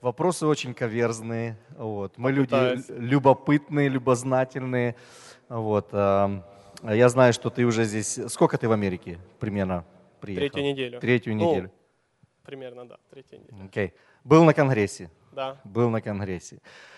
Вопросы очень каверзные. Вот. Мы люди Попытаюсь. любопытные, любознательные. Вот. Я знаю, что ты уже здесь... Сколько ты в Америке примерно приехал? Третью неделю. Третью неделю. Примерно, да, третья неделя. Окей. Был на Конгрессе? Да. Был на Конгрессе.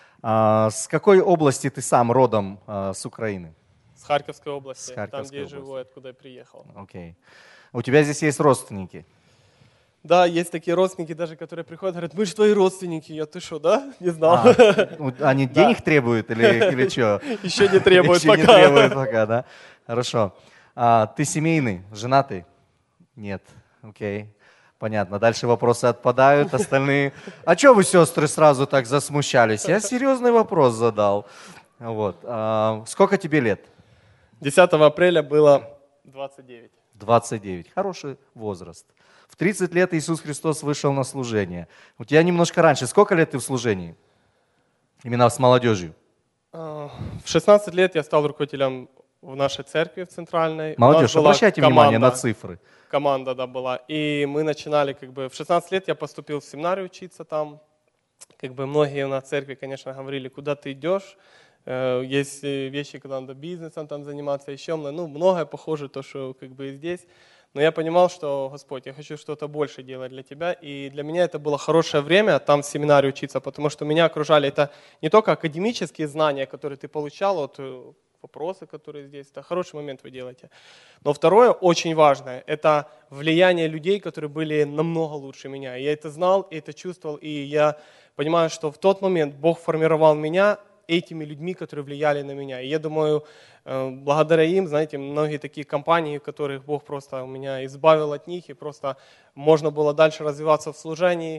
С какой области ты сам родом с Украины? С Харьковской области, С Харьковской там, где я живу, области. откуда я приехал. Окей. У тебя здесь есть родственники? Да, есть такие родственники даже, которые приходят, говорят, мы же твои родственники. Я, ты что, да? Не знал. Они денег требуют или что? Еще не требуют Еще не пока. требуют пока, да? Хорошо. Ты семейный, женатый? Нет. Окей. Понятно. Дальше вопросы отпадают, остальные. А что вы, сестры, сразу так засмущались? Я серьезный вопрос задал. Вот. Сколько тебе лет? 10 апреля было 29. 29. Хороший возраст. В 30 лет Иисус Христос вышел на служение. У тебя немножко раньше. Сколько лет ты в служении? Именно с молодежью. В 16 лет я стал руководителем в нашей церкви в Центральной. Молодежь, обращайте внимание на цифры. Команда, да, была. И мы начинали, в 16 лет я поступил в семинарию учиться там. Многие у нас в церкви, конечно, говорили, куда ты идешь. Есть вещи, когда надо бизнесом там заниматься, еще многое похоже, то, что и здесь. Но я понимал, что, Господь, я хочу что-то больше делать для Тебя. И для меня это было хорошее время там в семинаре учиться, потому что меня окружали, это не только академические знания, которые ты получал, вопросы, которые здесь, это хороший момент вы делаете. Но второе, очень важное, это влияние людей, которые были намного лучше меня. Я это знал, и это чувствовал, и я понимаю, что в тот момент Бог формировал меня этими людьми, которые влияли на меня. И я думаю, благодаря им, знаете, многие такие компании, которых Бог просто у меня избавил от них, и просто можно было дальше развиваться в служении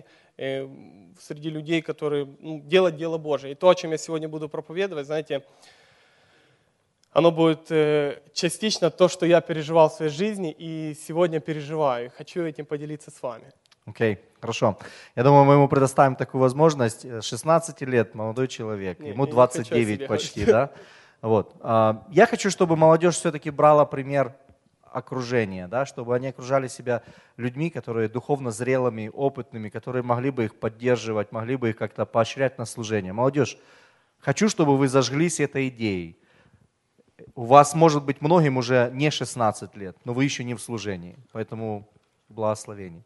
среди людей, которые делать дело Божие. И то, о чем я сегодня буду проповедовать, знаете, оно будет частично то, что я переживал в своей жизни и сегодня переживаю. Хочу этим поделиться с вами. Окей, хорошо. Я думаю, мы ему предоставим такую возможность. 16 лет, молодой человек, ему 29 почти, да? Вот. Я хочу, чтобы молодежь все-таки брала пример окружения, да, чтобы они окружали себя людьми, которые духовно зрелыми, опытными, которые могли бы их поддерживать, могли бы их как-то поощрять на служение. Молодежь, хочу, чтобы вы зажглись этой идеей. У вас, может быть, многим уже не 16 лет, но вы еще не в служении, поэтому благословений.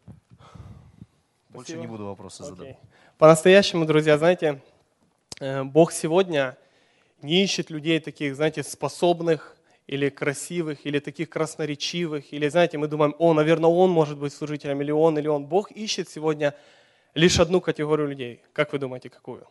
Больше не буду вопросы задавать. По-настоящему, друзья, знаете, Бог сегодня не ищет людей таких, знаете, способных или красивых, или таких красноречивых, или, знаете, мы думаем, наверное, он может быть служителем, или он. Бог ищет сегодня лишь одну категорию людей. Как вы думаете, какую?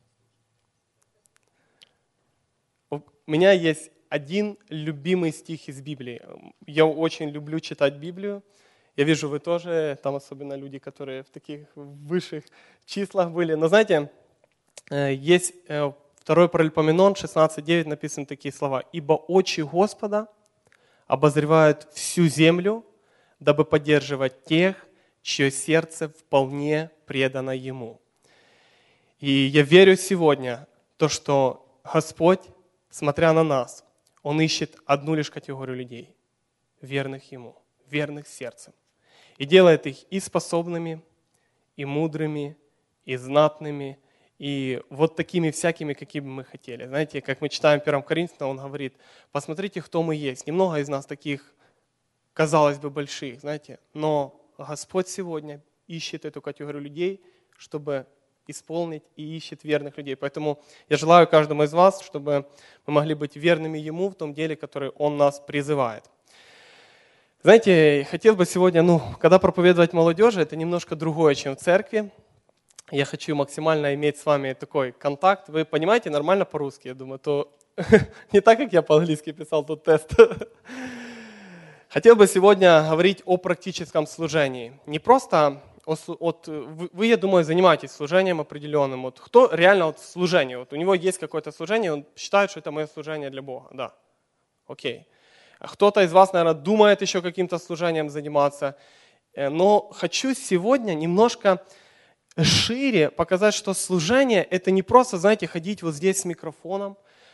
У меня есть один любимый стих из Библии. Я очень люблю читать Библию. Я вижу, вы тоже, там особенно люди, которые в таких высших числах были. Но знаете, есть 2 Паралипоменон 16:9 написаны такие слова. «Ибо очи Господа обозревают всю землю, дабы поддерживать тех, чье сердце вполне предано Ему». И я верю сегодня, то, что Господь, смотря на нас, Он ищет одну лишь категорию людей, верных Ему, верных сердцем. И делает их и способными, и мудрыми, и знатными, и вот такими всякими, какими мы хотели. Знаете, как мы читаем в 1 Коринфянам, он говорит, посмотрите, кто мы есть. Немного из нас таких, казалось бы, больших, знаете, но Господь сегодня ищет эту категорию людей, чтобы исполнить, и ищет верных людей. Поэтому я желаю каждому из вас, чтобы мы могли быть верными Ему в том деле, которое Он нас призывает. Знаете, хотел бы сегодня, когда проповедовать молодежи, это немножко другое, чем в церкви. Я хочу максимально иметь с вами такой контакт. Вы понимаете нормально по-русски, я думаю, то не так, как я по-английски писал тот тест. Хотел бы сегодня говорить о практическом служении. Не просто вы, я думаю, занимаетесь служением определенным. Кто реально в служении? У него есть какое-то служение, он считает, что это мое служение для Бога. Да, окей. Кто-то из вас, наверное, думает еще каким-то служением заниматься. Но хочу сегодня немножко шире показать, что служение – это не просто, знаете, ходить вот здесь с микрофоном,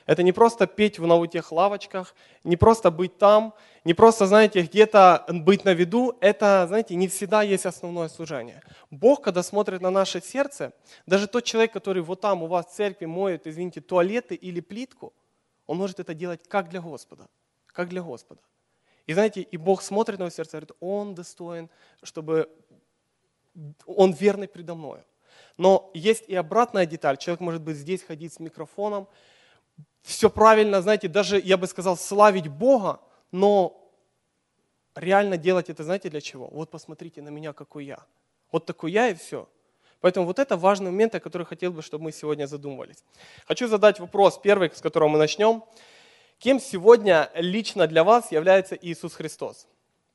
Это не просто петь на тех лавочках, не просто быть там, не просто, знаете, где-то быть на виду. Это, знаете, не всегда есть основное служение. Бог, когда смотрит на наше сердце, даже тот человек, который вот там у вас в церкви моет, извините, туалеты или плитку, он может это делать как для Господа, как для Господа. И знаете, и Бог смотрит на его сердце и говорит, он достоин, чтобы он верный предо мною. Но есть и обратная деталь. Человек может быть здесь ходить с микрофоном, все правильно, знаете, даже, я бы сказал, славить Бога, но реально делать это, знаете, для чего? Вот посмотрите на меня, какой я. Вот такой я и все. Поэтому вот это важный момент, о котором хотел бы, чтобы мы сегодня задумывались. Хочу задать вопрос первый, с которого мы начнем. Кем сегодня лично для вас является Иисус Христос?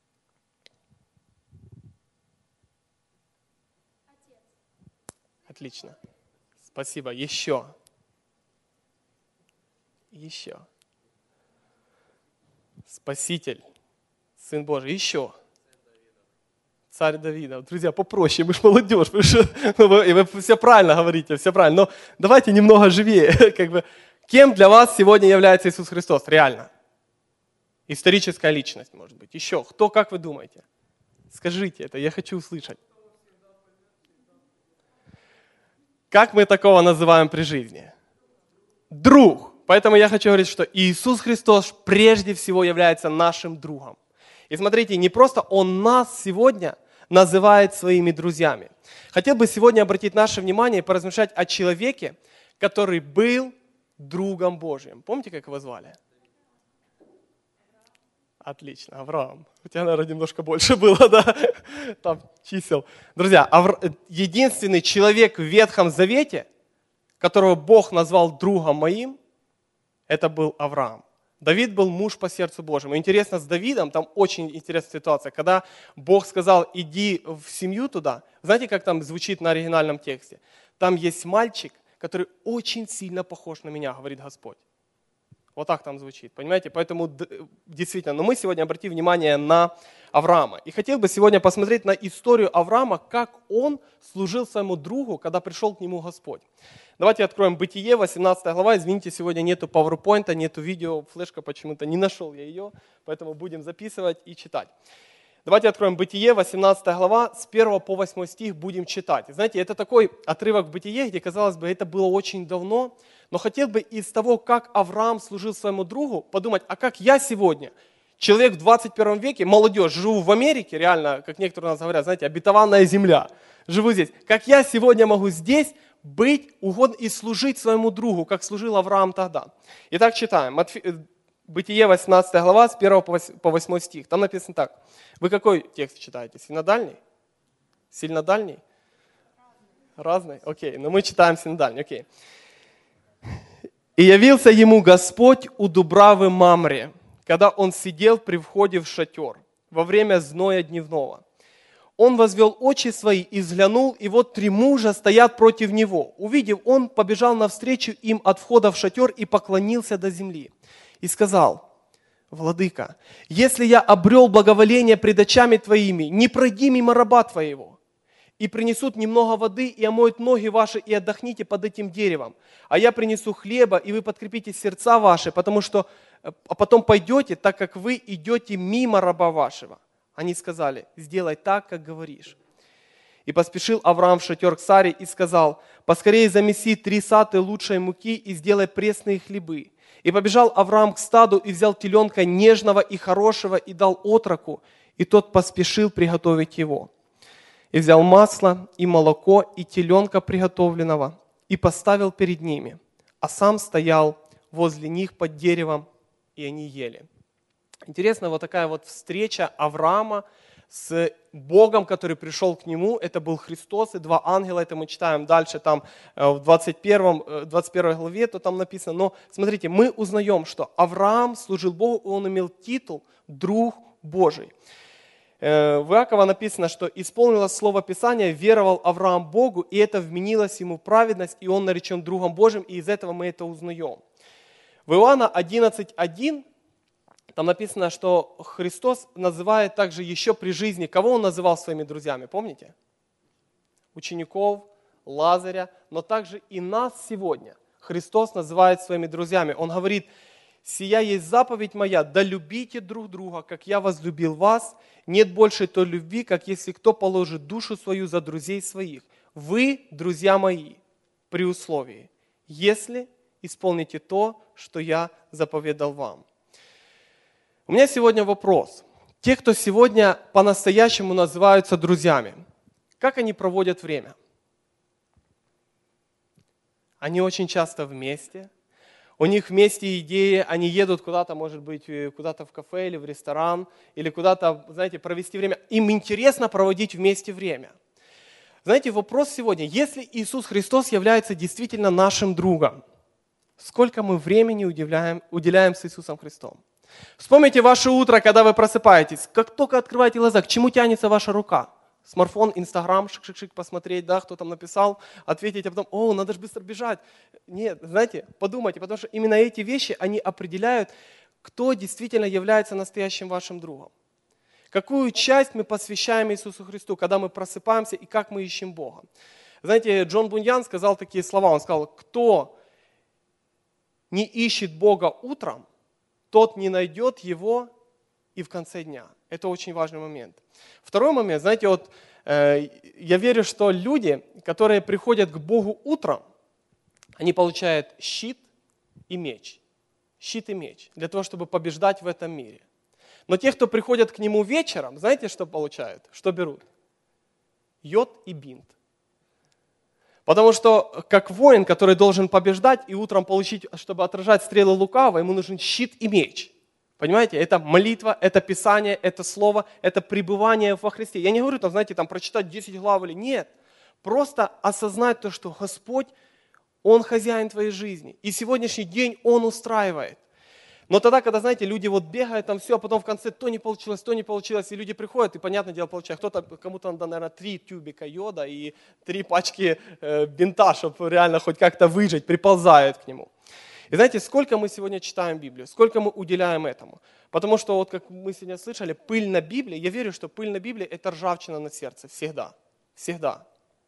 Отлично. Спасибо. Еще. Спаситель. Сын Божий. Еще. Царь Давида. Друзья, попроще, мы же молодежь, вы все правильно говорите, все правильно. Но давайте немного живее. Кем для вас сегодня является Иисус Христос? Реально. Историческая личность, может быть. Еще. Кто, как вы думаете? Скажите это, я хочу услышать. Как мы такого называем при жизни? Друг. Поэтому я хочу говорить, что Иисус Христос прежде всего является нашим другом. И смотрите, не просто Он нас сегодня называет своими друзьями. Хотел бы сегодня обратить наше внимание и поразмышлять о человеке, который был другом Божьим. Помните, как его звали? Отлично, Авраам. У тебя, наверное, немножко больше было, да? Там чисел. Друзья, единственный человек в Ветхом Завете, которого Бог назвал другом моим, это был Авраам. Давид был муж по сердцу Божьему. Интересно, с Давидом там очень интересная ситуация. Когда Бог сказал, иди в семью туда, знаете, как там звучит на оригинальном тексте? Там есть мальчик, который очень сильно похож на меня, говорит Господь. Вот так там звучит, понимаете? Поэтому действительно, но мы сегодня обратим внимание на Авраама. И хотел бы сегодня посмотреть на историю Авраама, как он служил своему другу, когда пришел к нему Господь. Давайте откроем Бытие, 18 глава. Извините, сегодня нету PowerPoint, нету видео, флешка почему-то не нашел я ее, поэтому будем записывать и читать. Давайте откроем Бытие, 18 глава, с 1 по 8 стих будем читать. Знаете, это такой отрывок в Бытие, где, казалось бы, это было очень давно, но хотел бы из того, как Авраам служил своему другу, подумать, а как я сегодня, человек в 21 веке, молодежь, живу в Америке, реально, как некоторые у нас говорят, знаете, обетованная земля, живу здесь, как я сегодня могу здесь быть угодно и служить своему другу, как служил Авраам тогда. Итак, читаем. Бытие, 18 глава, с 1 по 8 стих. Там написано так. Вы какой текст читаете? Синодальный? Сильнодальний? Разный? Окей, но мы читаем синодальный. Окей. «И явился ему Господь у Дубравы Мамре, когда он сидел при входе в шатер во время зноя дневного. Он возвел очи свои и взглянул, и вот 3 мужа стоят против него. Увидев, он побежал навстречу им от входа в шатер и поклонился до земли. И сказал, Владыка, если я обрел благоволение пред очами Твоими, не пройди мимо раба Твоего. И принесут немного воды, и омоют ноги ваши, и отдохните под этим деревом. А я принесу хлеба, и вы подкрепите сердца ваши, а потом пойдете, так как вы идете мимо раба вашего. Они сказали, сделай так, как говоришь. И поспешил Авраам в шатер к Саре и сказал, поскорее замеси 3 саты лучшей муки и сделай пресные хлебы. И побежал Авраам к стаду и взял теленка нежного и хорошего и дал отроку, и тот поспешил приготовить его. И взял масло и молоко и теленка приготовленного и поставил перед ними, а сам стоял возле них под деревом, и они ели». Интересно, вот такая вот встреча Авраама с Богом, который пришел к нему. Это был Христос и 2 ангела. Это мы читаем дальше там в 21 главе, то там написано. Но смотрите, мы узнаем, что Авраам служил Богу, и он имел титул «Друг Божий». В Иакова написано, что исполнилось слово Писания, веровал Авраам Богу, и это вменилось ему в праведность, и он наречен другом Божьим, и из этого мы это узнаем. В Иоанна 11:1 там написано, что Христос называет также еще при жизни, кого Он называл своими друзьями, помните? Учеников, Лазаря, но также и нас сегодня. Христос называет своими друзьями. Он говорит: «Сия есть заповедь моя, да любите друг друга, как я возлюбил вас. Нет больше той любви, как если кто положит душу свою за друзей своих. Вы, друзья мои, при условии, если исполните то, что я заповедал вам». У меня сегодня вопрос. Те, кто сегодня по-настоящему называются друзьями, как они проводят время? Они очень часто вместе. У них вместе идеи, они едут куда-то, может быть, куда-то в кафе или в ресторан, или куда-то, знаете, провести время. Им интересно проводить вместе время. Знаете, вопрос сегодня: если Иисус Христос является действительно нашим другом, сколько мы времени уделяем с Иисусом Христом? Вспомните ваше утро, когда вы просыпаетесь. Как только открываете глаза, к чему тянется ваша рука? Смартфон, Инстаграм, шик-шик-шик, посмотреть, да, кто там написал, ответить, а потом: надо же быстро бежать. Нет, знаете, подумайте, потому что именно эти вещи, они определяют, кто действительно является настоящим вашим другом. Какую часть мы посвящаем Иисусу Христу, когда мы просыпаемся и как мы ищем Бога. Знаете, Джон Буньян сказал такие слова, он сказал: кто не ищет Бога утром, тот не найдет Его и в конце дня. Это очень важный момент. Второй момент, знаете, я верю, что люди, которые приходят к Богу утром, они получают щит и меч. Щит и меч для того, чтобы побеждать в этом мире. Но те, кто приходят к Нему вечером, знаете, что получают? Что берут? Йод и бинт. Потому что как воин, который должен побеждать и утром получить, чтобы отражать стрелы лукавого, ему нужен щит и меч. Понимаете, это молитва, это Писание, это Слово, это пребывание во Христе. Я не говорю, там, знаете, там, прочитать 10 глав или нет. Просто осознать то, что Господь, Он хозяин твоей жизни. И сегодняшний день Он устраивает. Но тогда, когда, знаете, люди вот бегают там все, а потом в конце то не получилось, и люди приходят, и, понятное дело, получают. Кому-то надо, наверное, 3 тюбика йода и 3 пачки бинта, чтобы реально хоть как-то выжить, приползают к нему. И знаете, сколько мы сегодня читаем Библию, сколько мы уделяем этому. Потому что, вот как мы сегодня слышали, пыль на Библии, я верю, что пыль на Библии – это ржавчина на сердце, всегда, всегда.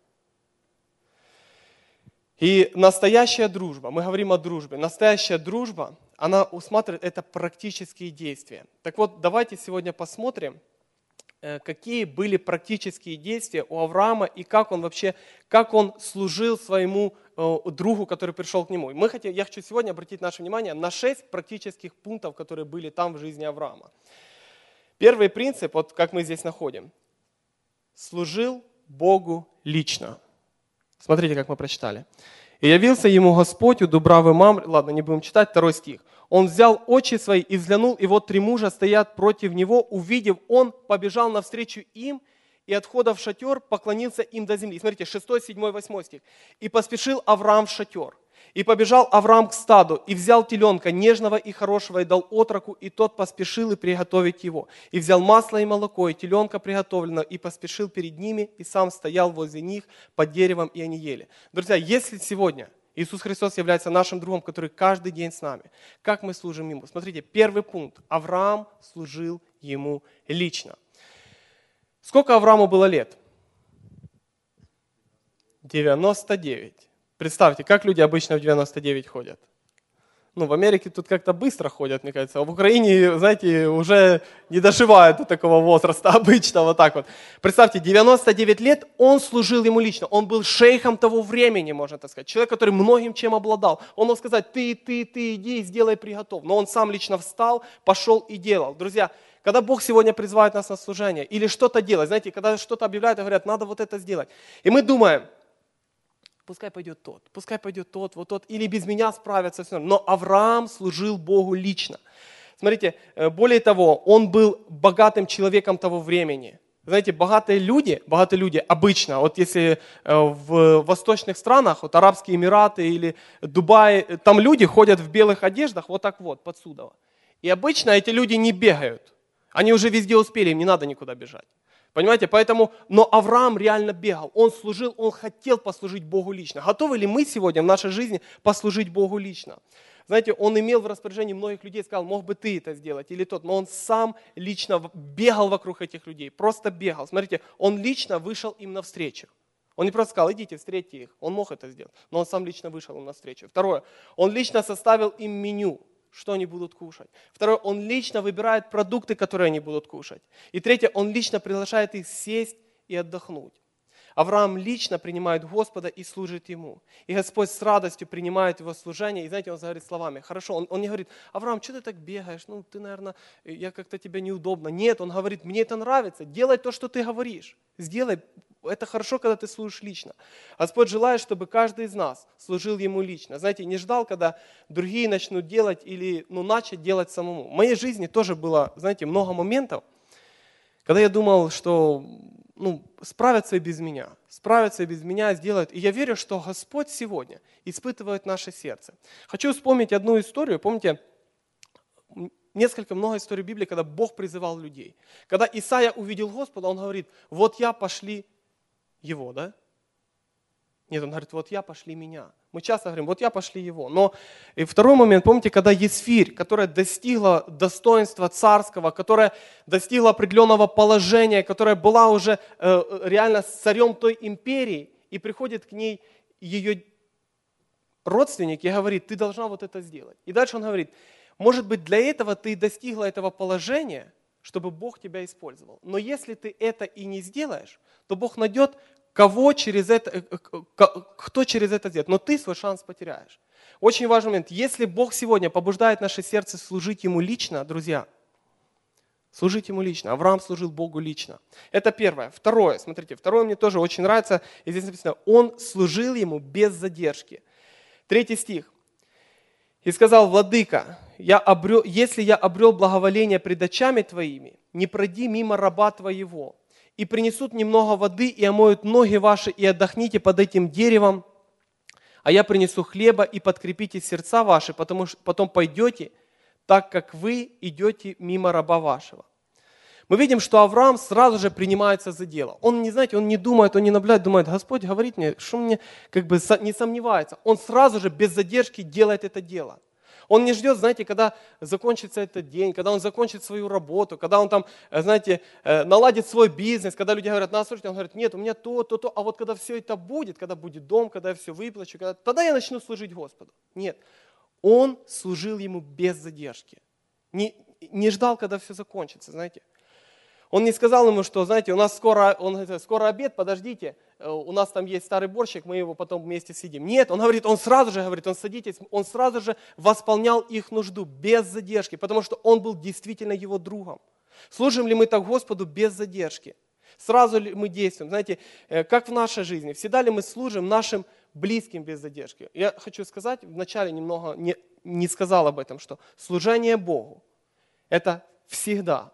И настоящая дружба, мы говорим о дружбе, настоящая дружба, она усматривает это практические действия. Так вот, давайте сегодня посмотрим, какие были практические действия у Авраама и как он служил своему другу, который пришел к нему. Я хочу сегодня обратить наше внимание на 6 практических пунктов, которые были там в жизни Авраама. Первый принцип, вот как мы здесь находим, служил Богу лично. Смотрите, как мы прочитали. «И явился ему Господь у Дубравы Мамры». Ладно, не будем читать, 2 стих. «Он взял очи свои и взглянул, и вот 3 мужа стоят против него. Увидев, он побежал навстречу им, и отхода в шатер поклонился им до земли». Смотрите, 6, 7, 8 стих. «И поспешил Авраам в шатер. И побежал Авраам к стаду, и взял теленка нежного и хорошего, и дал отроку, и тот поспешил и приготовить его. И взял масло и молоко, и теленка приготовленного, и поспешил перед ними, и сам стоял возле них под деревом, и они ели». Друзья, если сегодня Иисус Христос является нашим другом, который каждый день с нами, как мы служим Ему? Смотрите, первый пункт. Авраам служил Ему лично. Сколько Аврааму было лет? 99. Представьте, как люди обычно в 99 ходят. В Америке тут как-то быстро ходят, мне кажется. А в Украине, знаете, уже не доживают до такого возраста обычно, вот так вот. Представьте, 99 лет он служил ему лично. Он был шейхом того времени, можно так сказать. Человек, который многим чем обладал. Он мог сказать: ты иди и сделай, приготовь. Но он сам лично встал, пошел и делал. Друзья, когда Бог сегодня призывает нас на служение или что-то делать, знаете, когда что-то объявляют и говорят: надо вот это сделать. И мы думаем: пускай пойдет тот, вот тот, или без меня справятся. Но Авраам служил Богу лично. Смотрите, более того, он был богатым человеком того времени. Знаете, богатые люди обычно, вот если в восточных странах, вот Арабские Эмираты или Дубай, там люди ходят в белых одеждах вот так вот, подсюда. И обычно эти люди не бегают. Они уже везде успели, им не надо никуда бежать. Понимаете, но Авраам реально бегал, он служил, он хотел послужить Богу лично. Готовы ли мы сегодня в нашей жизни послужить Богу лично? Знаете, он имел в распоряжении многих людей, сказал: мог бы ты это сделать или тот, но он сам лично бегал вокруг этих людей, просто бегал. Смотрите, он лично вышел им навстречу. Он не просто сказал, идите, встретьте их. Он мог это сделать, но он сам лично вышел им навстречу. Второе, он лично составил им меню, что они будут кушать. Второе, он лично выбирает продукты, которые они будут кушать. И третье, он лично приглашает их сесть и отдохнуть. Авраам лично принимает Господа и служит Ему. И Господь с радостью принимает его служение. И знаете, он говорит словами, хорошо, он не говорит, Авраам, что ты так бегаешь? Ну, ты, наверное, я как-то тебе неудобно. Нет, он говорит, мне это нравится, делай то, что ты говоришь. Сделай, это хорошо, когда ты служишь лично. Господь желает, чтобы каждый из нас служил Ему лично. Знаете, не ждал, когда другие начнут делать или начать делать самому. В моей жизни тоже было, знаете, много моментов, когда я думал, что справятся и без меня, сделают. И я верю, что Господь сегодня испытывает наше сердце. Хочу вспомнить одну историю. Помните, много историй Библии, когда Бог призывал людей. Когда Исаия увидел Господа, он говорит, вот я, пошли его, да? Нет, он говорит, вот я, пошли меня. Мы часто говорим, вот я, пошли его. Но и второй момент, помните, когда Есфирь, которая достигла достоинства царского, которая достигла определенного положения, которая была уже реально царем той империи, и приходит к ней ее родственник и говорит, ты должна вот это сделать. И дальше он говорит, может быть, для этого ты достигла этого положения, чтобы Бог тебя использовал. Но если ты это и не сделаешь, то Бог найдет, кто через это сделает, но ты свой шанс потеряешь. Очень важный момент. Если Бог сегодня побуждает наше сердце служить Ему лично, друзья, служить Ему лично. Авраам служил Богу лично. Это первое. Второе, смотрите, второе мне тоже очень нравится. И здесь написано, он служил Ему без задержки. 3 стих. И сказал, владыка, если я обрел благоволение пред очами твоими, не пройди мимо раба твоего. И принесут немного воды, и омоют ноги ваши, и отдохните под этим деревом, а я принесу хлеба, и подкрепите сердца ваши, потому что потом пойдете, так как вы идете мимо раба вашего. Мы видим, что Авраам сразу же принимается за дело. Он не думает, он не наблюдает, думает, Господь говорит мне, что мне не сомневается. Он сразу же без задержки делает это дело. Он не ждет, знаете, когда закончится этот день, когда он закончит свою работу, когда он там, знаете, наладит свой бизнес, когда люди говорят, слушайте, он говорит, нет, у меня то, а вот когда все это будет, когда будет дом, когда я все выплачу, тогда я начну служить Господу. Нет, он служил Ему без задержки. Не ждал, когда все закончится, знаете. Он не сказал ему, что, знаете, у нас скоро обед, подождите, у нас там есть старый борщик, мы его потом вместе съедим. Нет, он говорит, он сразу же садитесь, он сразу же восполнял их нужду без задержки, потому что он был действительно его другом. Служим ли мы так Господу без задержки? Сразу ли мы действуем? Знаете, как в нашей жизни, всегда ли мы служим нашим близким без задержки? Я хочу сказать, вначале немного не сказал об этом, что служение Богу – это всегда,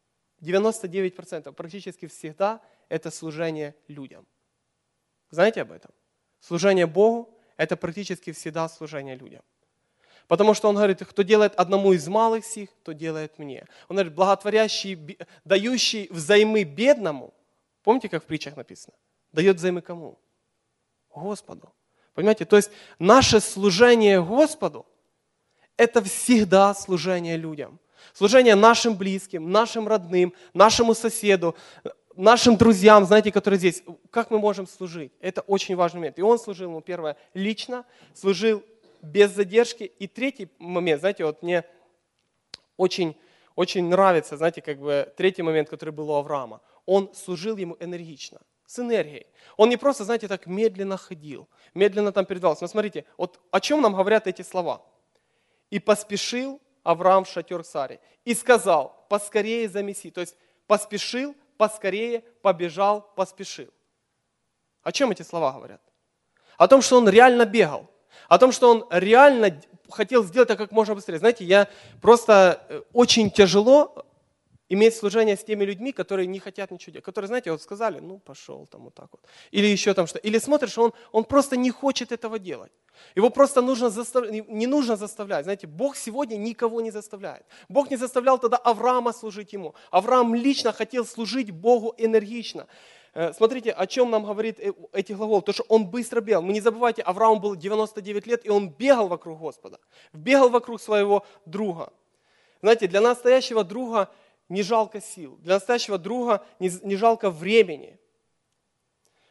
99% практически всегда это служение людям. Знаете об этом? Служение Богу – это практически всегда служение людям. Потому что он говорит, кто делает одному из малых сих, то делает мне. Он говорит, благотворящий, дающий взаймы бедному, помните, как в притчах написано? Дает взаймы кому? Господу. Понимаете? То есть наше служение Господу – это всегда служение людям. Служение нашим близким, нашим родным, нашему соседу, нашим друзьям, знаете, которые здесь. Как мы можем служить? Это очень важный момент. И он служил ему, первое, лично, служил без задержки. И третий момент, знаете, вот мне очень нравится, знаете, третий момент, который был у Авраама. Он служил ему энергично, с энергией. Он не просто, знаете, так медленно ходил, медленно там передвигался. Но смотрите, вот о чем нам говорят эти слова? «И поспешил Авраам в шатер к Саре, и сказал, поскорее замеси». То есть поспешил, поскорее, побежал, поспешил. О чем эти слова говорят? О том, что он реально бегал. О том, что он реально хотел сделать это как можно быстрее. Знаете, я просто очень тяжело иметь служение с теми людьми, которые не хотят ничего делать. Которые, знаете, вот сказали, пошел там вот так вот. Или еще там что-то. Или смотришь, он просто не хочет этого делать. Его просто не нужно заставлять. Знаете, Бог сегодня никого не заставляет. Бог не заставлял тогда Авраама служить Ему. Авраам лично хотел служить Богу энергично. Смотрите, о чем нам говорит эти глаголы. То, что он быстро бегал. Мы не забывайте, Аврааму было 99 лет, и он бегал вокруг Господа. Бегал вокруг своего друга. Знаете, для настоящего друга не жалко сил. Для настоящего друга не жалко времени.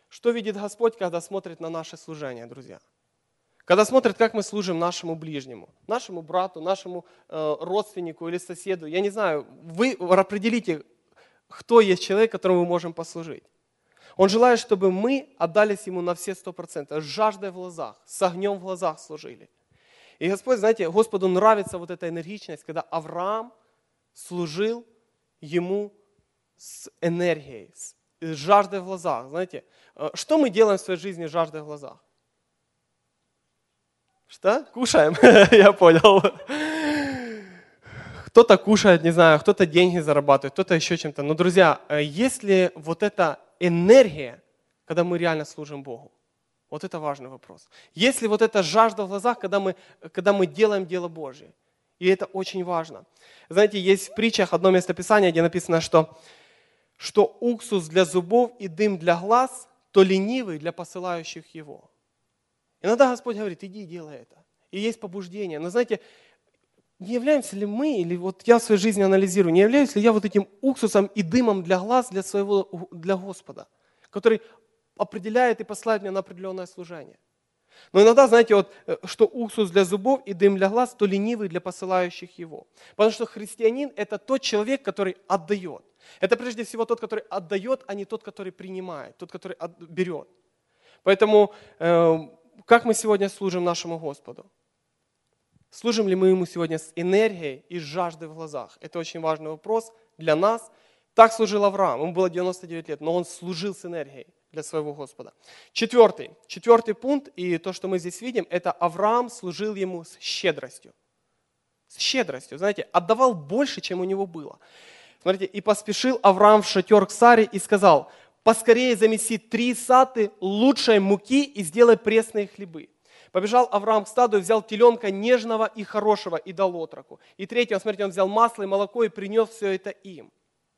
Что видит Господь, когда смотрит на наше служение, друзья? Когда смотрит, как мы служим нашему ближнему, нашему брату, нашему родственнику или соседу. Я не знаю, вы определите, кто есть человек, которому мы можем послужить. Он желает, чтобы мы отдались Ему на все 100%, с жаждой в глазах, с огнем в глазах служили. И Господь, знаете, Господу нравится вот эта энергичность, когда Авраам служил Ему с энергией, с жаждой в глазах. Знаете, что мы делаем в своей жизни с жаждой в глазах? Что? Кушаем? Я понял. Кто-то кушает, не знаю, кто-то деньги зарабатывает, кто-то еще чем-то. Но, друзья, если вот эта энергия, когда мы реально служим Богу, вот это важный вопрос. Если вот эта жажда в глазах, когда мы делаем дело Божье, и это очень важно. Знаете, есть в притчах одно местописание, где написано, что уксус для зубов и дым для глаз, то ленивый для посылающих его. Иногда Господь говорит, иди делай это. И есть побуждение. Но знаете, не являемся ли мы, или вот я в своей жизни анализирую, не являюсь ли я вот этим уксусом и дымом для глаз для Господа, который определяет и посылает меня на определенное служение. Но иногда, знаете, вот, что уксус для зубов и дым для глаз, то ленивый для посылающих его. Потому что христианин – это тот человек, который отдает. Это прежде всего тот, который отдает, а не тот, который принимает, тот, который берет. Поэтому как мы сегодня служим нашему Господу? Служим ли мы Ему сегодня с энергией и с жаждой в глазах? Это очень важный вопрос для нас. Так служил Авраам, ему было 99 лет, но он служил с энергией для своего Господа. Четвертый пункт, и то, что мы здесь видим, это Авраам служил ему с щедростью. С щедростью, знаете, отдавал больше, чем у него было. Смотрите, и поспешил Авраам в шатер к Саре и сказал, поскорее замеси 3 саты лучшей муки и сделай пресные хлебы. Побежал Авраам к стаду и взял теленка нежного и хорошего и дал отроку. И третьего, смотрите, он взял масло и молоко и принес все это им.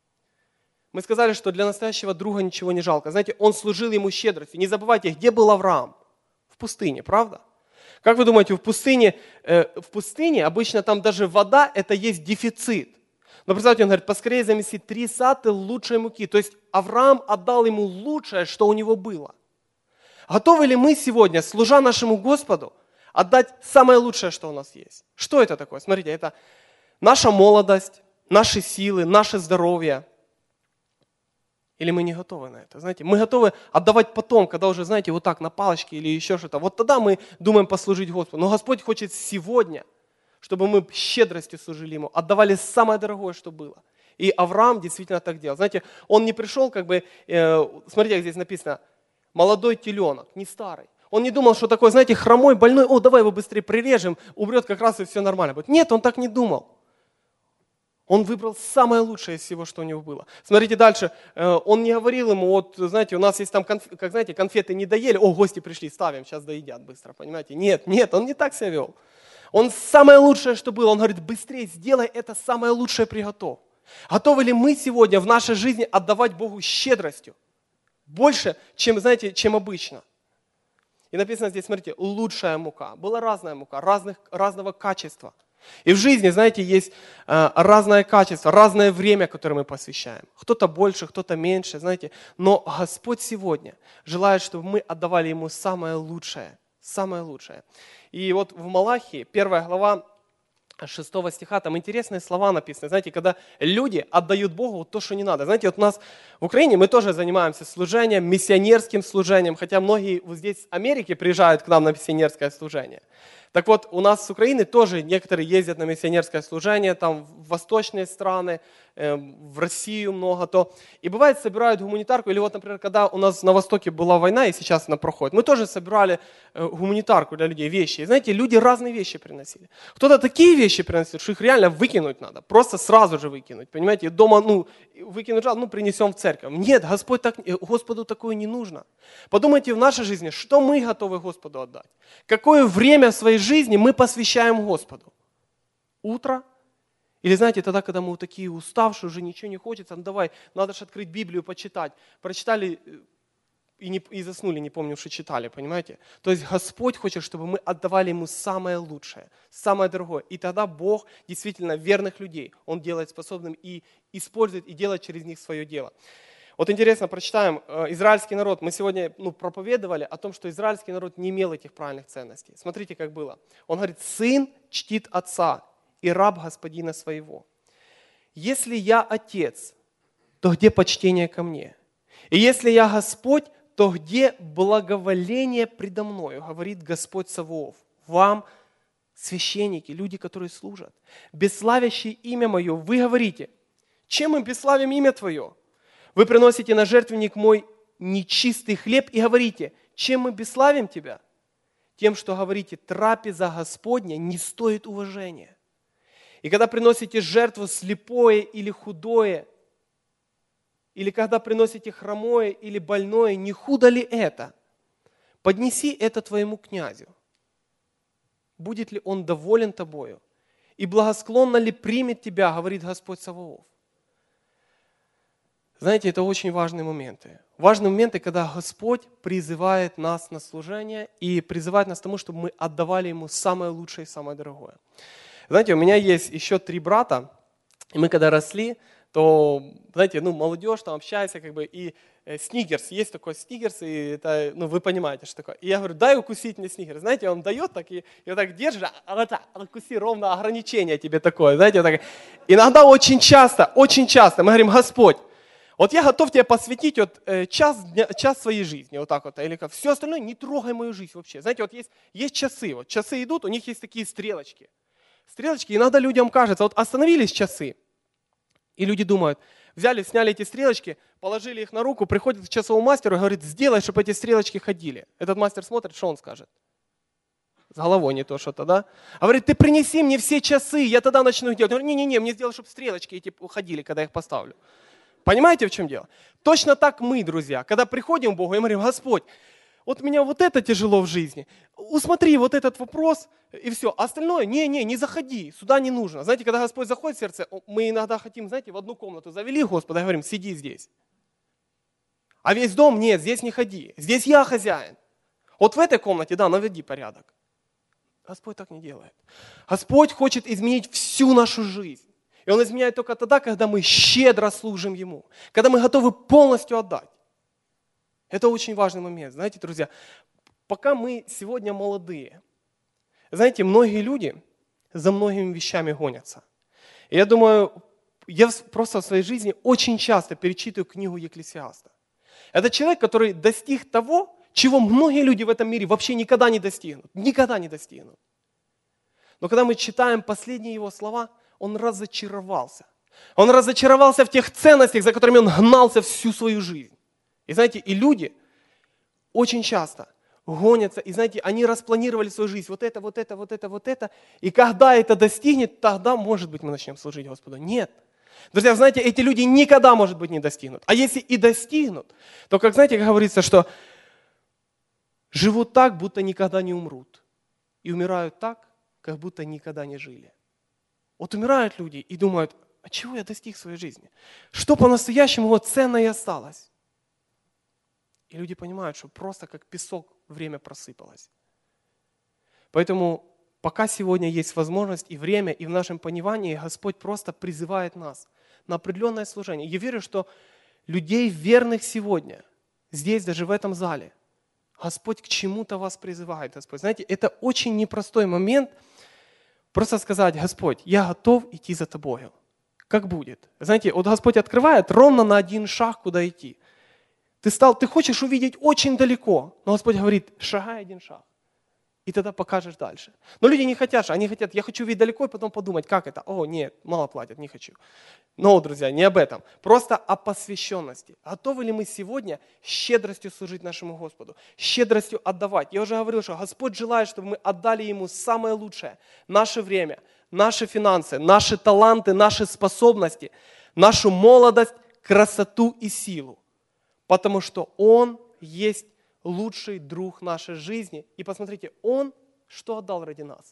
Мы сказали, что для настоящего друга ничего не жалко. Знаете, он служил ему щедростью. Не забывайте, где был Авраам? В пустыне, правда? Как вы думаете, в пустыне обычно там даже вода, это есть дефицит. Но представьте, он говорит, поскорее замеси 3 саты лучшей муки. То есть Авраам отдал ему лучшее, что у него было. Готовы ли мы сегодня, служа нашему Господу, отдать самое лучшее, что у нас есть? Что это такое? Смотрите, это наша молодость, наши силы, наше здоровье. Или мы не готовы на это? Знаете, мы готовы отдавать потом, когда уже, знаете, вот так на палочке или еще что-то. Вот тогда мы думаем послужить Господу. Но Господь хочет сегодня, чтобы мы щедростью служили Ему, отдавали самое дорогое, что было. И Авраам действительно так делал. Знаете, он не пришел смотрите, как здесь написано, молодой теленок, не старый. Он не думал, что такой, знаете, хромой, больной, давай его быстрее прирежем, умрет как раз и все нормально будет. Нет, он так не думал. Он выбрал самое лучшее из всего, что у него было. Смотрите дальше, он не говорил ему, вот, знаете, у нас есть там, как знаете, конфеты не доели, гости пришли, ставим, сейчас доедят быстро, понимаете? Нет, он не так себя вел. Он самое лучшее, что было, он говорит, быстрее сделай это самое лучшее приготовь. Готовы ли мы сегодня в нашей жизни отдавать Богу щедростью? Больше, чем, знаете, чем обычно. И написано здесь, смотрите, лучшая мука. Была разная мука, разного качества. И в жизни, знаете, есть разное качество, разное время, которое мы посвящаем. Кто-то больше, кто-то меньше, знаете. Но Господь сегодня желает, чтобы мы отдавали Ему самое лучшее. Самое лучшее. И вот в Малахии, 1 глава, 6 стиха, там интересные слова написаны. Знаете, когда люди отдают Богу то, что не надо. Знаете, вот у нас в Украине мы тоже занимаемся служением, миссионерским служением, хотя многие вот здесь в Америке приезжают к нам на миссионерское служение. Так вот, у нас с Украины тоже некоторые ездят на миссионерское служение, там в восточные страны, в Россию много. И бывает, собирают гуманитарку, или вот, например, когда у нас на Востоке была война, и сейчас она проходит, мы тоже собирали гуманитарку для людей, вещи. И знаете, люди разные вещи приносили. Кто-то такие вещи приносил, что их реально выкинуть надо, просто сразу же выкинуть, понимаете, дома, выкинуть жалко, принесем в церковь. Нет, Господу такое не нужно. Подумайте в нашей жизни, что мы готовы Господу отдать. Какое время в своей жизни мы посвящаем Господу? Утро? Или знаете, тогда, когда мы вот такие уставшие, уже ничего не хочется, давай, надо же открыть Библию, почитать. Прочитали и заснули, не помню, что читали, понимаете? То есть Господь хочет, чтобы мы отдавали Ему самое лучшее, самое дорогое. И тогда Бог действительно верных людей, Он делает способным и использует, и делает через них свое дело. Вот интересно, прочитаем, израильский народ, мы сегодня проповедовали о том, что израильский народ не имел этих правильных ценностей. Смотрите, как было. Он говорит, сын чтит отца и раб господина своего. Если я отец, то где почтение ко мне? И если я Господь, то где благоволение предо мною, говорит Господь Саваоф, вам, священники, люди, которые служат, бесславящие имя мое, вы говорите, чем мы бесславим имя твое? Вы приносите на жертвенник мой нечистый хлеб и говорите, чем мы бесславим тебя? Тем, что говорите, трапеза Господня не стоит уважения. И когда приносите жертву слепое или худое, или когда приносите хромое или больное, не худо ли это? Поднеси это твоему князю. Будет ли он доволен тобою? И благосклонно ли примет тебя, говорит Господь Саваоф. Знаете, это очень важные моменты. Важные моменты, когда Господь призывает нас на служение и призывает нас к тому, чтобы мы отдавали Ему самое лучшее и самое дорогое. Знаете, у меня есть еще 3 брата, и мы когда росли, то, знаете, молодежь там общается, и сникерс, есть такой сникерс, и это, вы понимаете, что такое. И я говорю, дай укусить мне сникерс. Знаете, он дает так, и вот так держишь, укуси ровно, ограничение тебе такое, знаете, вот так. Иногда очень часто мы говорим, Господь, вот я готов тебе посвятить час своей жизни, вот так вот, или как, все остальное не трогай мою жизнь вообще. Знаете, вот есть часы, вот часы идут, у них есть такие стрелочки. Стрелочки, иногда людям кажется, вот остановились часы, и люди думают, взяли, сняли эти стрелочки, положили их на руку, приходит к часовому мастеру и говорит, сделай, чтобы эти стрелочки ходили. Этот мастер смотрит, что он скажет? С головой не то что-то, да? А говорит, ты принеси мне все часы, я тогда начну их делать. Я говорю, не-не-не, мне сделай, чтобы стрелочки эти ходили, когда я их поставлю. Понимаете, в чем дело? Точно так мы, друзья, когда приходим к Богу и говорим, Господь, вот меня вот это тяжело в жизни, усмотри вот этот вопрос и все. Остальное, не заходи, сюда не нужно. Знаете, когда Господь заходит в сердце, мы иногда хотим, знаете, в одну комнату завели Господа и говорим, сиди здесь. А весь дом, нет, здесь не ходи, здесь я хозяин. Вот в этой комнате, да, наведи порядок. Господь так не делает. Господь хочет изменить всю нашу жизнь. И Он изменяет только тогда, когда мы щедро служим Ему, когда мы готовы полностью отдать. Это очень важный момент. Знаете, друзья, пока мы сегодня молодые, знаете, многие люди за многими вещами гонятся. И я думаю, я просто в своей жизни очень часто перечитываю книгу Екклесиаста. Это человек, который достиг того, чего многие люди в этом мире вообще никогда не достигнут. Никогда не достигнут. Но когда мы читаем последние его слова, он разочаровался. Он разочаровался в тех ценностях, за которыми он гнался всю свою жизнь. И знаете, и люди очень часто гонятся, и знаете, они распланировали свою жизнь, вот это, и когда это достигнет, тогда, может быть, мы начнем служить Господу. Нет. Друзья, знаете, эти люди никогда, может быть, не достигнут. А если и достигнут, то, как знаете, как говорится, что живут так, будто никогда не умрут, и умирают так, как будто никогда не жили. Вот умирают люди и думают, а чего я достиг в своей жизни? Что по-настоящему вот ценное осталось? И люди понимают, что просто как песок время просыпалось. Поэтому пока сегодня есть возможность и время, и в нашем понимании Господь просто призывает нас на определенное служение. Я верю, что людей верных сегодня, здесь, даже в этом зале, Господь к чему-то вас призывает. Господь, знаете, это очень непростой момент просто сказать, Господь, я готов идти за Тобою. Как будет? Знаете, вот Господь открывает ровно на один шаг, куда идти. Ты хочешь увидеть очень далеко, но Господь говорит, шагай один шаг, и тогда покажешь дальше. Но люди не хотят, они хотят, я хочу увидеть далеко, и потом подумать, как это? О, нет, мало платят, не хочу. Но, друзья, не об этом. Просто о посвященности. Готовы ли мы сегодня щедростью служить нашему Господу? Щедростью отдавать. Я уже говорил, что Господь желает, чтобы мы отдали Ему самое лучшее. Наше время, наши финансы, наши таланты, наши способности, нашу молодость, красоту и силу. Потому что Он есть лучший друг нашей жизни. И посмотрите, Он что отдал ради нас?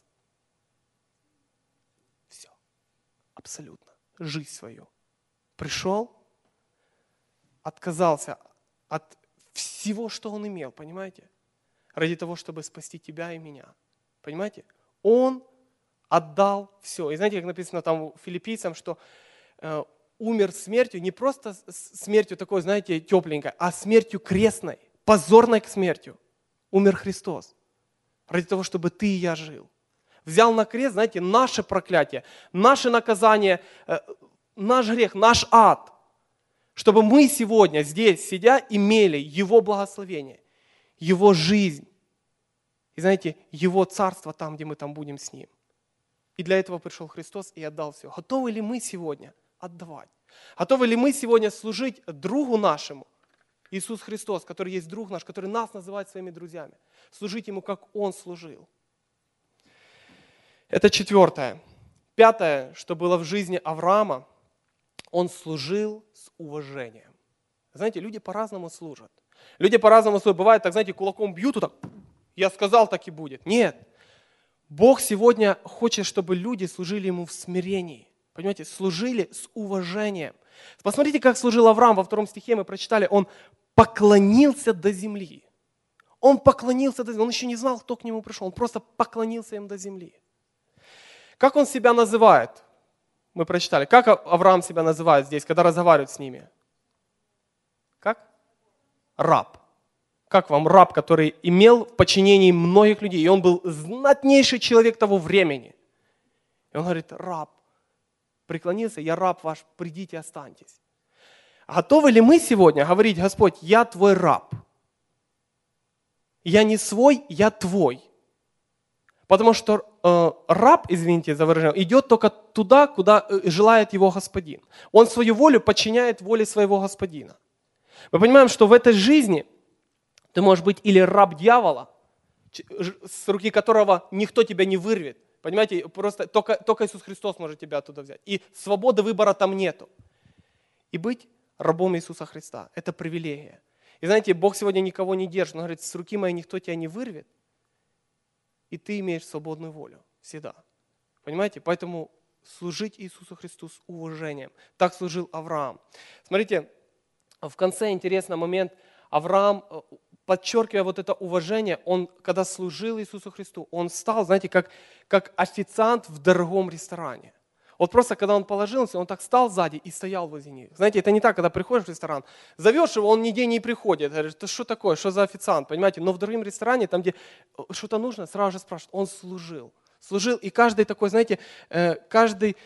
Все. Абсолютно. Жизнь свою. Пришел, отказался от всего, что Он имел, понимаете? Ради того, чтобы спасти тебя и меня. Понимаете? Он отдал все. И знаете, как написано там Филиппийцам, что умер смертью, не просто смертью такой, знаете, тепленькой, а смертью крестной, позорной смертью. Умер Христос ради того, чтобы ты и я жил. Взял на крест, знаете, наше проклятие, наше наказание, наш грех, наш ад, чтобы мы сегодня здесь, сидя, имели Его благословение, Его жизнь. И знаете, Его царство там, где мы там будем с Ним. И для этого пришел Христос и отдал все. Готовы ли мы сегодня отдавать? Готовы ли мы сегодня служить другу нашему, Иисус Христос, который есть друг наш, который нас называет своими друзьями? Служить Ему, как Он служил. Это 4. 5, что было в жизни Авраама, он служил с уважением. Знаете, люди по-разному служат. Люди по-разному служат. Бывает так, знаете, кулаком бьют, и так, я сказал, так и будет. Нет. Бог сегодня хочет, чтобы люди служили Ему в смирении. Понимаете, служили с уважением. Посмотрите, как служил Авраам. Во 2 стихе мы прочитали, он поклонился до земли. Он поклонился до земли. Он еще не знал, кто к нему пришел. Он просто поклонился им до земли. Как он себя называет? Мы прочитали. Как Авраам себя называет здесь, когда разговаривает с ними? Как? Раб. Как вам раб, который имел в подчинении многих людей, и он был знатнейший человек того времени. И он говорит, раб, преклонился, я раб ваш, придите, останьтесь. Готовы ли мы сегодня говорить, Господь, я твой раб? Я не свой, я твой. Потому что раб, извините за выражение, идет только туда, куда желает его господин. Он свою волю подчиняет воле своего господина. Мы понимаем, что в этой жизни ты можешь быть или раб дьявола, с руки которого никто тебя не вырвет. Понимаете, просто только Иисус Христос может тебя оттуда взять. И свободы выбора там нету. И быть рабом Иисуса Христа – это привилегия. И знаете, Бог сегодня никого не держит. Он говорит, с руки моей никто тебя не вырвет. И ты имеешь свободную волю всегда. Понимаете? Поэтому служить Иисусу Христу с уважением. Так служил Авраам. Смотрите, в конце интересный момент. Авраам, подчеркивая вот это уважение, он, когда служил Иисусу Христу, он стал, знаете, как официант в дорогом ресторане. Вот просто, когда он положился, он так стал сзади и стоял возле них. Знаете, это не так, когда приходишь в ресторан, зовешь его, он нигде не приходит. Говоришь, это что такое, что за официант, понимаете? Но в другом ресторане, там, где что-то нужно, сразу же спрашивают. Он служил. Служил, и каждый такой, знаете, каждый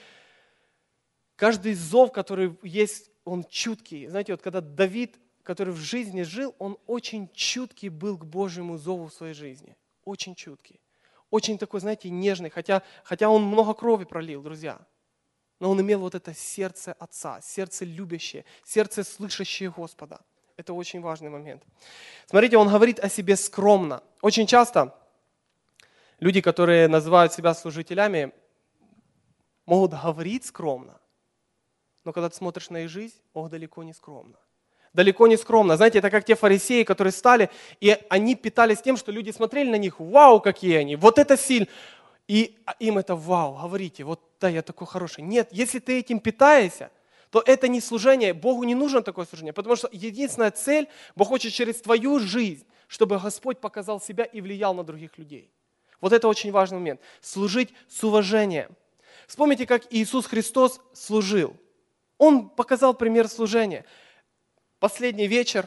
зов, который есть, он чуткий. Знаете, вот когда Давид, который в жизни жил, он очень чуткий был к Божьему зову в своей жизни. Очень чуткий. Очень такой, знаете, нежный, хотя он много крови пролил, друзья. Но он имел вот это сердце Отца, сердце любящее, сердце слышащее Господа. Это очень важный момент. Смотрите, он говорит о себе скромно. Очень часто люди, которые называют себя служителями, могут говорить скромно, но когда ты смотришь на их жизнь, далеко не скромно. Далеко не скромно. Знаете, это как те фарисеи, которые стали, и они питались тем, что люди смотрели на них, вау, какие они, вот это сильно. И им это вау, говорите, вот да, я такой хороший. Нет, если ты этим питаешься, то это не служение, Богу не нужно такое служение, потому что единственная цель, Бог хочет через твою жизнь, чтобы Господь показал себя и влиял на других людей. Вот это очень важный момент. Служить с уважением. Вспомните, как Иисус Христос служил. Он показал пример служения. Последний вечер,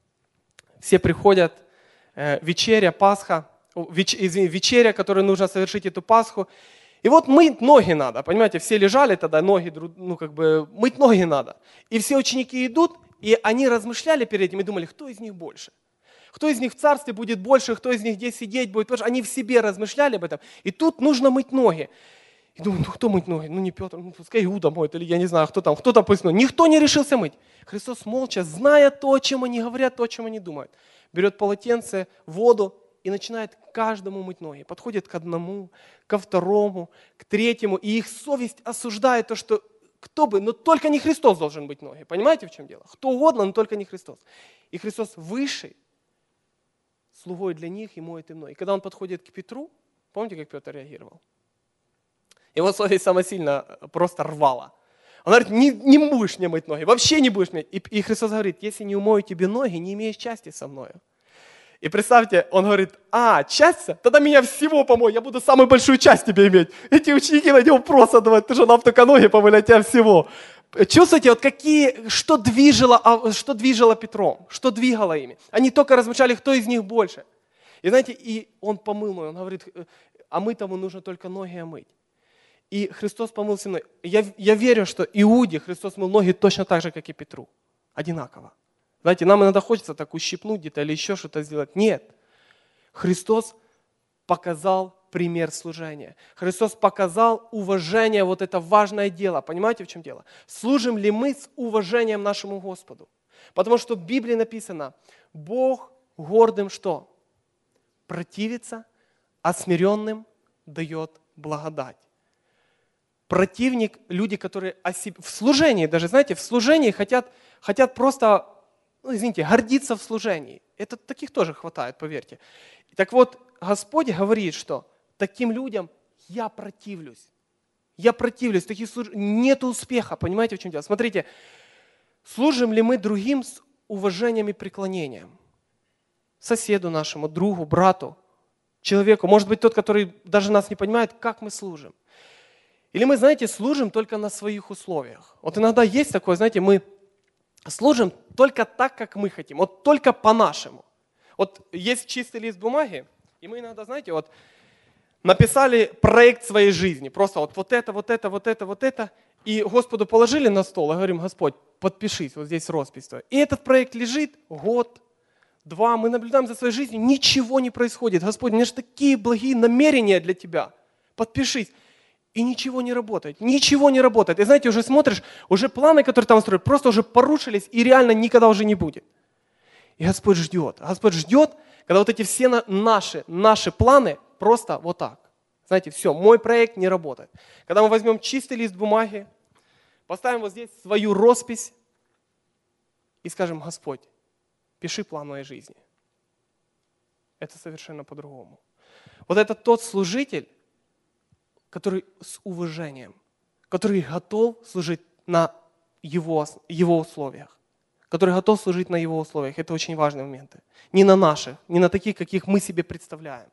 все приходят, вечеря, Пасха, вечеря, которую нужно совершить эту Пасху. И вот мыть ноги надо, понимаете, все лежали тогда, ноги, мыть ноги надо. И все ученики идут, и они размышляли перед этим и думали, кто из них больше? Кто из них в царстве будет больше, кто из них где сидеть будет больше? Они в себе размышляли об этом. И тут нужно мыть ноги. И думаю, кто мыть ноги? Не Петр, пускай Иуда моет, или я не знаю, кто там пусть мыть. Никто не решился мыть. Христос молча, зная то, о чем они говорят, то, о чем они думают, берет полотенце, воду и начинает каждому мыть ноги. Подходит к одному, ко второму, к третьему, и их совесть осуждает то, что кто бы, но только не Христос должен мыть ноги. Понимаете, в чем дело? Кто угодно, но только не Христос. И Христос высший, слугой для них и моет им ноги. И когда он подходит к Петру, помните, как Петр реагировал? Его совесть самая сильно просто рвала. Он говорит, не будешь мне мыть ноги, вообще не будешь мне. И Христос говорит, если не умою тебе ноги, не имеешь части со мною. И представьте, он говорит, часть? Тогда меня всего помой, я буду самую большую часть тебе иметь. Эти ученики на него просто думают, ты же нам только ноги помыли, а тебя всего. Чувствуете, вот что движило Петром, что двигало ими? Они только размышляли, кто из них больше. И знаете, и он помыл мной, он говорит, а мыть-тому нужно только ноги омыть. И Христос помылся мной. Я верю, что Иуде Христос мыл ноги точно так же, как и Петру. Одинаково. Знаете, нам иногда хочется так ущипнуть где-то или еще что-то сделать. Нет. Христос показал пример служения. Христос показал уважение, вот это важное дело. Понимаете, в чем дело? Служим ли мы с уважением нашему Господу? Потому что в Библии написано, Бог гордым что? Противится, а смиренным дает благодать. Противник, люди, которые в служении, даже знаете, в служении хотят просто, гордиться в служении. Это таких тоже хватает, поверьте. Так вот, Господь говорит, что таким людям я противлюсь. Я противлюсь. Нет успеха. Понимаете, в чем дело? Смотрите, служим ли мы другим с уважением и преклонением? Соседу нашему, другу, брату, человеку. Может быть, тот, который даже нас не понимает, как мы служим. Или мы, знаете, служим только на своих условиях. Вот иногда есть такое, знаете, мы служим только так, как мы хотим. Вот только по-нашему. Вот есть чистый лист бумаги, и мы иногда, знаете, вот написали проект своей жизни. Просто вот это. И Господу положили на стол, и говорим, Господь, подпишись, вот здесь роспись твоя. И этот проект лежит год, два, мы наблюдаем за своей жизнью, ничего не происходит. Господь, у меня же такие благие намерения для тебя. Подпишись. И ничего не работает. Ничего не работает. И знаете, уже смотришь, уже планы, которые там строят, просто уже порушились и реально никогда уже не будет. И Господь ждет. Господь ждет, когда вот эти все наши планы просто вот так. Знаете, все, мой проект не работает. Когда мы возьмем чистый лист бумаги, поставим вот здесь свою роспись и скажем, Господь, пиши план моей жизни. Это совершенно по-другому. Вот это тот служитель, который с уважением, который готов служить на его условиях, который готов служить на его условиях. Это очень важные моменты. Не на наших, не на таких, каких мы себе представляем.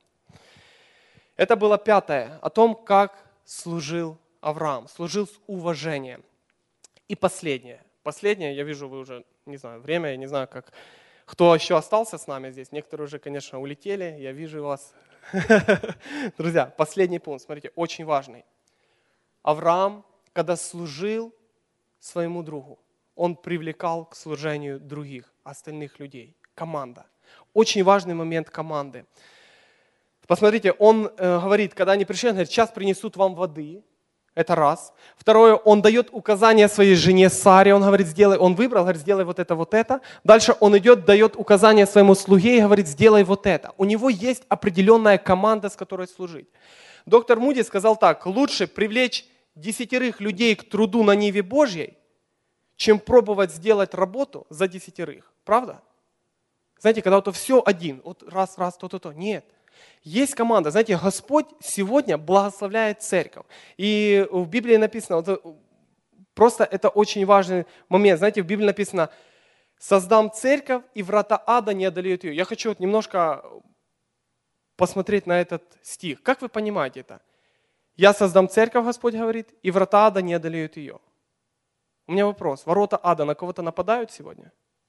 Это было 5, о том, как служил Авраам, служил с уважением. И последнее, я вижу, вы уже, не знаю, время, я не знаю, кто еще остался с нами здесь. Некоторые уже, конечно, улетели, я вижу вас. Друзья, последний пункт, смотрите, очень важный. Авраам, когда служил своему другу, он привлекал к служению других, остальных людей. Команда. Очень важный момент команды. Посмотрите, он говорит, когда они пришли, он говорит, сейчас принесут вам воды. Это раз. Второе, он дает указания своей жене Саре, он говорит, он выбрал, говорит, сделай вот это. Дальше он идет, дает указания своему слуге и говорит, сделай вот это. У него есть определенная команда, с которой служить. Доктор Муди сказал так, лучше привлечь 10 людей к труду на ниве Божьей, чем пробовать сделать работу за 10. Правда? Знаете, когда вот все один, вот раз, то. Нет. Есть команда. Знаете, Господь сегодня благословляет церковь. И в Библии написано, просто это очень важный момент. Знаете, в Библии написано, создам церковь, и врата ада не одолеют ее. Я хочу вот немножко посмотреть на этот стих. Как вы понимаете это? Я создам церковь, Господь говорит, и врата ада не одолеют ее. У меня вопрос. Ворота ада на кого-то нападают сегодня?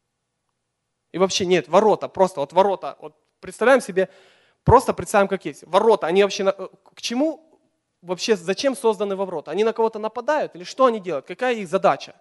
И вообще нет, ворота, просто вот ворота. Вот представляем себе, просто представим, как есть. Ворота, они вообще к чему, вообще зачем созданы ворота? Они на кого-то нападают или что они делают? Какая их задача?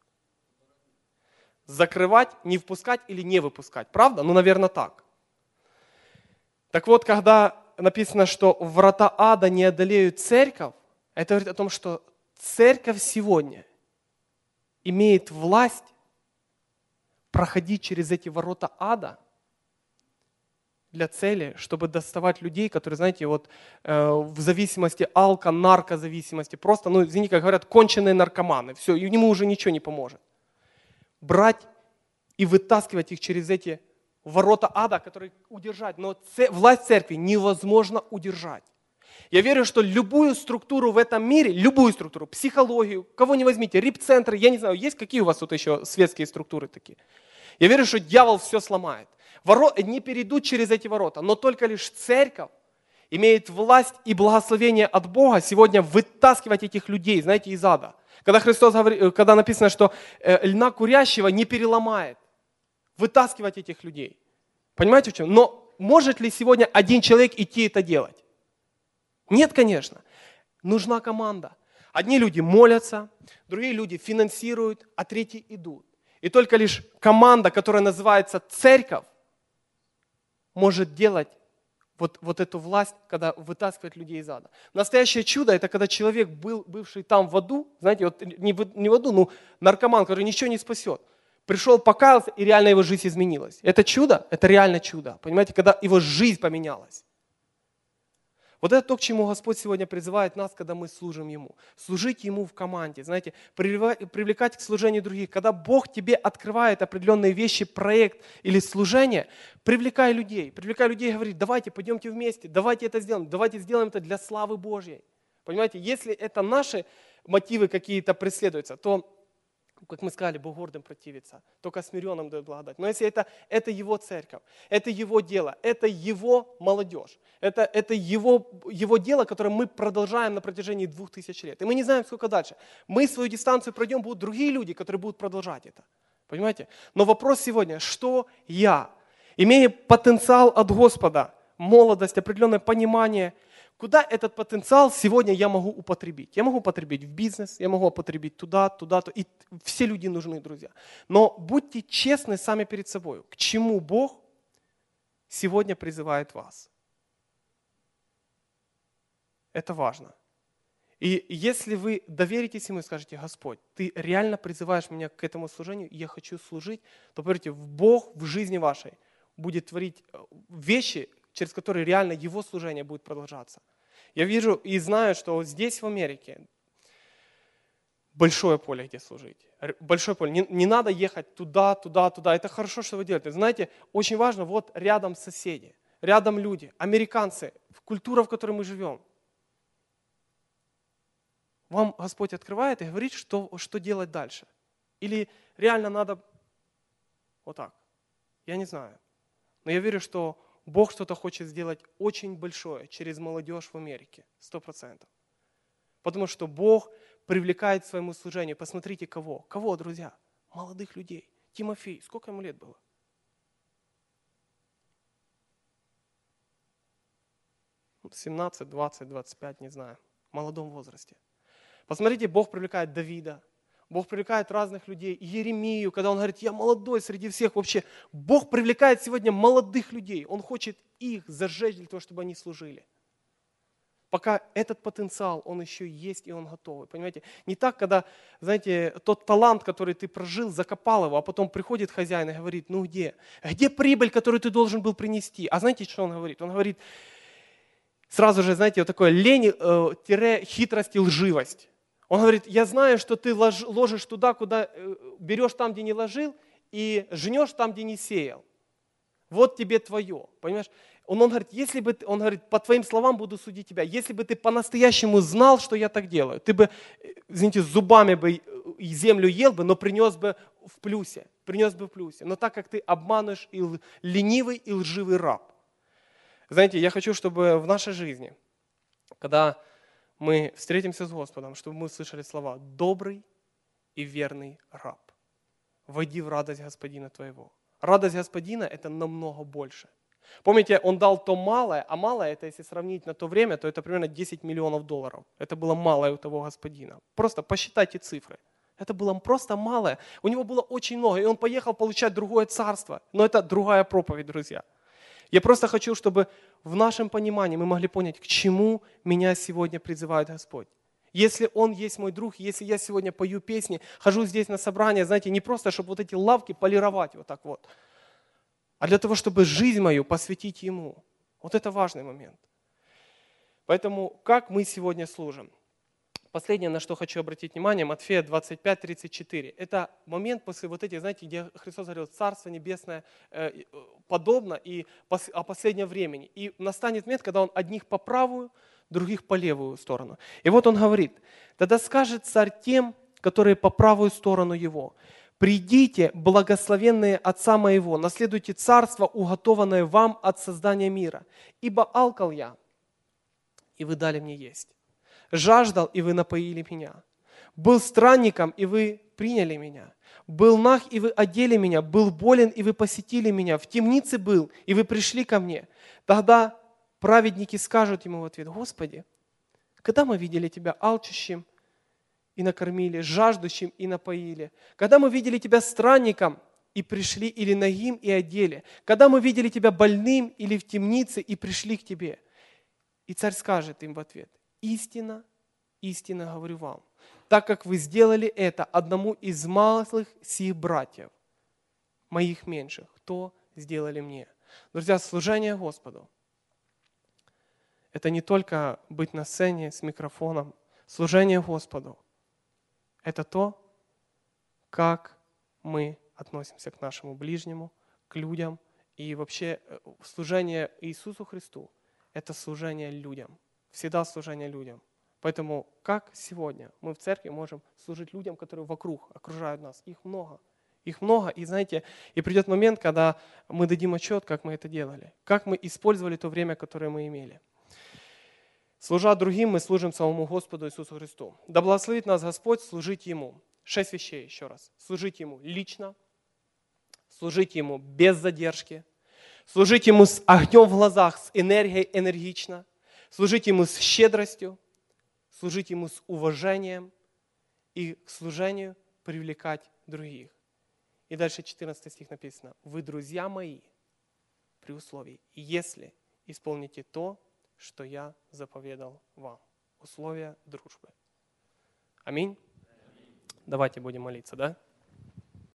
Закрывать, не впускать или не выпускать. Правда? Ну, наверное, так. Так вот, когда написано, что врата ада не одолеют церковь, это говорит о том, что церковь сегодня имеет власть проходить через эти ворота ада для цели, чтобы доставать людей, которые, знаете, вот в зависимости наркозависимости, просто, извините, как говорят, конченые наркоманы, все, и ему уже ничего не поможет. Брать и вытаскивать их через эти ворота ада, которые удержать, но власть церкви невозможно удержать. Я верю, что любую структуру в этом мире, любую структуру, психологию, кого не возьмите, рип-центры, я не знаю, есть какие у вас тут еще светские структуры такие? Я верю, что дьявол все сломает. Не перейдут через эти ворота, но только лишь церковь имеет власть и благословение от Бога сегодня вытаскивать этих людей, знаете, из ада. Когда Христос говорит, когда написано, что льна курящего не переломает, вытаскивать этих людей. Понимаете, в чем? Но может ли сегодня один человек идти это делать? Нет, конечно. Нужна команда. Одни люди молятся, другие люди финансируют, а третьи идут. И только лишь команда, которая называется церковь, может делать вот эту власть, когда вытаскивает людей из ада. Настоящее чудо – это когда человек, бывший там в аду, знаете, вот не в аду, но наркоман, который ничего не спасет, пришел, покаялся, и реально его жизнь изменилась. Это чудо, это реально чудо. Понимаете, когда его жизнь поменялась. Вот это то, к чему Господь сегодня призывает нас, когда мы служим Ему. Служить Ему в команде, знаете, привлекать к служению других. Когда Бог тебе открывает определенные вещи, проект или служение, привлекай людей и говори, давайте пойдемте вместе, давайте это сделаем, давайте сделаем это для славы Божьей. Понимаете, если это наши мотивы какие-то преследуются, то, как мы сказали, Бог гордым противится, только смиренным дает благодать. Но если это Его церковь, это Его дело, это Его молодежь, это его дело, которое мы продолжаем на протяжении 2000 лет. И мы не знаем, сколько дальше. Мы свою дистанцию пройдем, будут другие люди, которые будут продолжать это. Понимаете? Но вопрос сегодня, что я, имея потенциал от Господа, молодость, определенное понимание, куда этот потенциал сегодня я могу употребить? Я могу употребить в бизнес, я могу употребить туда. И все люди нужны, друзья. Но будьте честны сами перед собой. К чему Бог сегодня призывает вас? Это важно. И если вы доверитесь Ему и скажете, Господь, Ты реально призываешь меня к этому служению, и я хочу служить, то поверьте, Бог в жизни вашей будет творить вещи, через которые реально Его служение будет продолжаться. Я вижу и знаю, что здесь, в Америке, большое поле, где служить. Большое поле. Не надо ехать туда. Это хорошо, что вы делаете. Знаете, очень важно, вот рядом соседи, рядом люди, американцы, культура, в которой мы живем. Вам Господь открывает и говорит, что делать дальше. Или реально надо вот так. Я не знаю. Но я верю, что Бог что-то хочет сделать очень большое через молодежь в Америке. 100%. Потому что Бог привлекает к своему служению. Посмотрите, кого. Кого, друзья? Молодых людей. Тимофей. Сколько ему лет было? — 17, 20, 25, не знаю. В молодом возрасте. Посмотрите, Бог привлекает Давида, Бог привлекает разных людей, Иеремию, когда он говорит, я молодой среди всех вообще. Бог привлекает сегодня молодых людей, Он хочет их зажечь для того, чтобы они служили. Пока этот потенциал, он еще есть и он готовый. Понимаете, не так, когда, знаете, тот талант, который ты прожил, закопал его, а потом приходит хозяин и говорит, ну где? Где прибыль, которую ты должен был принести? А знаете, что он говорит? Он говорит, сразу же, знаете, вот такое лень, хитрость и лживость. Он говорит, я знаю, что ты ложишь туда, куда берешь там, где не ложил, и жнешь там, где не сеял. Вот тебе твое, понимаешь? Он говорит, если бы, он говорит, по твоим словам буду судить тебя. Если бы ты по-настоящему знал, что я так делаю, ты бы, извините, зубами бы землю ел бы, но принес бы в плюсе. Но так как ты обманываешь и ленивый, и лживый раб. Знаете, я хочу, чтобы в нашей жизни, когда мы встретимся с Господом, чтобы мы услышали слова «добрый и верный раб, войди в радость Господина твоего». Радость Господина – это намного больше. Помните, Он дал то малое, а малое, это если сравнить на то время, то это примерно 10 миллионов долларов. Это было малое у того Господина. Просто посчитайте цифры. Это было просто малое. У него было очень много, и он поехал получать другое царство. Но это другая проповедь, друзья. Я просто хочу, чтобы в нашем понимании мы могли понять, к чему меня сегодня призывает Господь. Если Он есть мой друг, если я сегодня пою песни, хожу здесь на собрание, знаете, не просто, чтобы вот эти лавки полировать вот так вот, а для того, чтобы жизнь мою посвятить Ему. Вот это важный момент. Поэтому как мы сегодня служим? Последнее, на что хочу обратить внимание, Матфея 25:34. Это момент после вот этих, знаете, где Христос говорил, Царство Небесное подобно и о последнем времени. И настанет момент, когда Он одних по правую, других по левую сторону. И вот Он говорит, тогда скажет царь тем, которые по правую сторону Его, придите, благословенные Отца Моего, наследуйте царство, уготованное вам от создания мира. Ибо алкал я, и вы дали мне есть. Жаждал, и вы напоили меня. Был странником, и вы приняли меня. Был наг, и вы одели меня. Был болен, и вы посетили меня. В темнице был, и вы пришли ко мне. Тогда праведники скажут ему в ответ: Господи, когда мы видели Тебя алчущим и накормили, жаждущим и напоили? Когда мы видели Тебя странником и пришли, или нагим и одели? Когда мы видели Тебя больным или в темнице и пришли к Тебе? И царь скажет им в ответ: истинно, истинно говорю вам, так как вы сделали это одному из малых сих братьев, моих меньших, то сделали мне. Друзья, служение Господу – это не только быть на сцене с микрофоном. Служение Господу – это то, как мы относимся к нашему ближнему, к людям. И вообще служение Иисусу Христу – это служение людям. Всегда служение людям. Поэтому как сегодня мы в церкви можем служить людям, которые вокруг окружают нас? Их много. Их много. И знаете, и придет момент, когда мы дадим отчет, как мы это делали. Как мы использовали то время, которое мы имели. Служа другим, мы служим самому Господу Иисусу Христу. Да благословит нас Господь служить Ему. 6 вещей еще раз. Служить Ему лично, служить Ему без задержки, служить Ему с огнем в глазах, с энергией энергично, служить Ему с щедростью, служить Ему с уважением и к служению привлекать других. И дальше 14 стих написано: «Вы, друзья мои, при условии, если исполните то, что я заповедал вам». Условия дружбы. Аминь. Давайте будем молиться, да?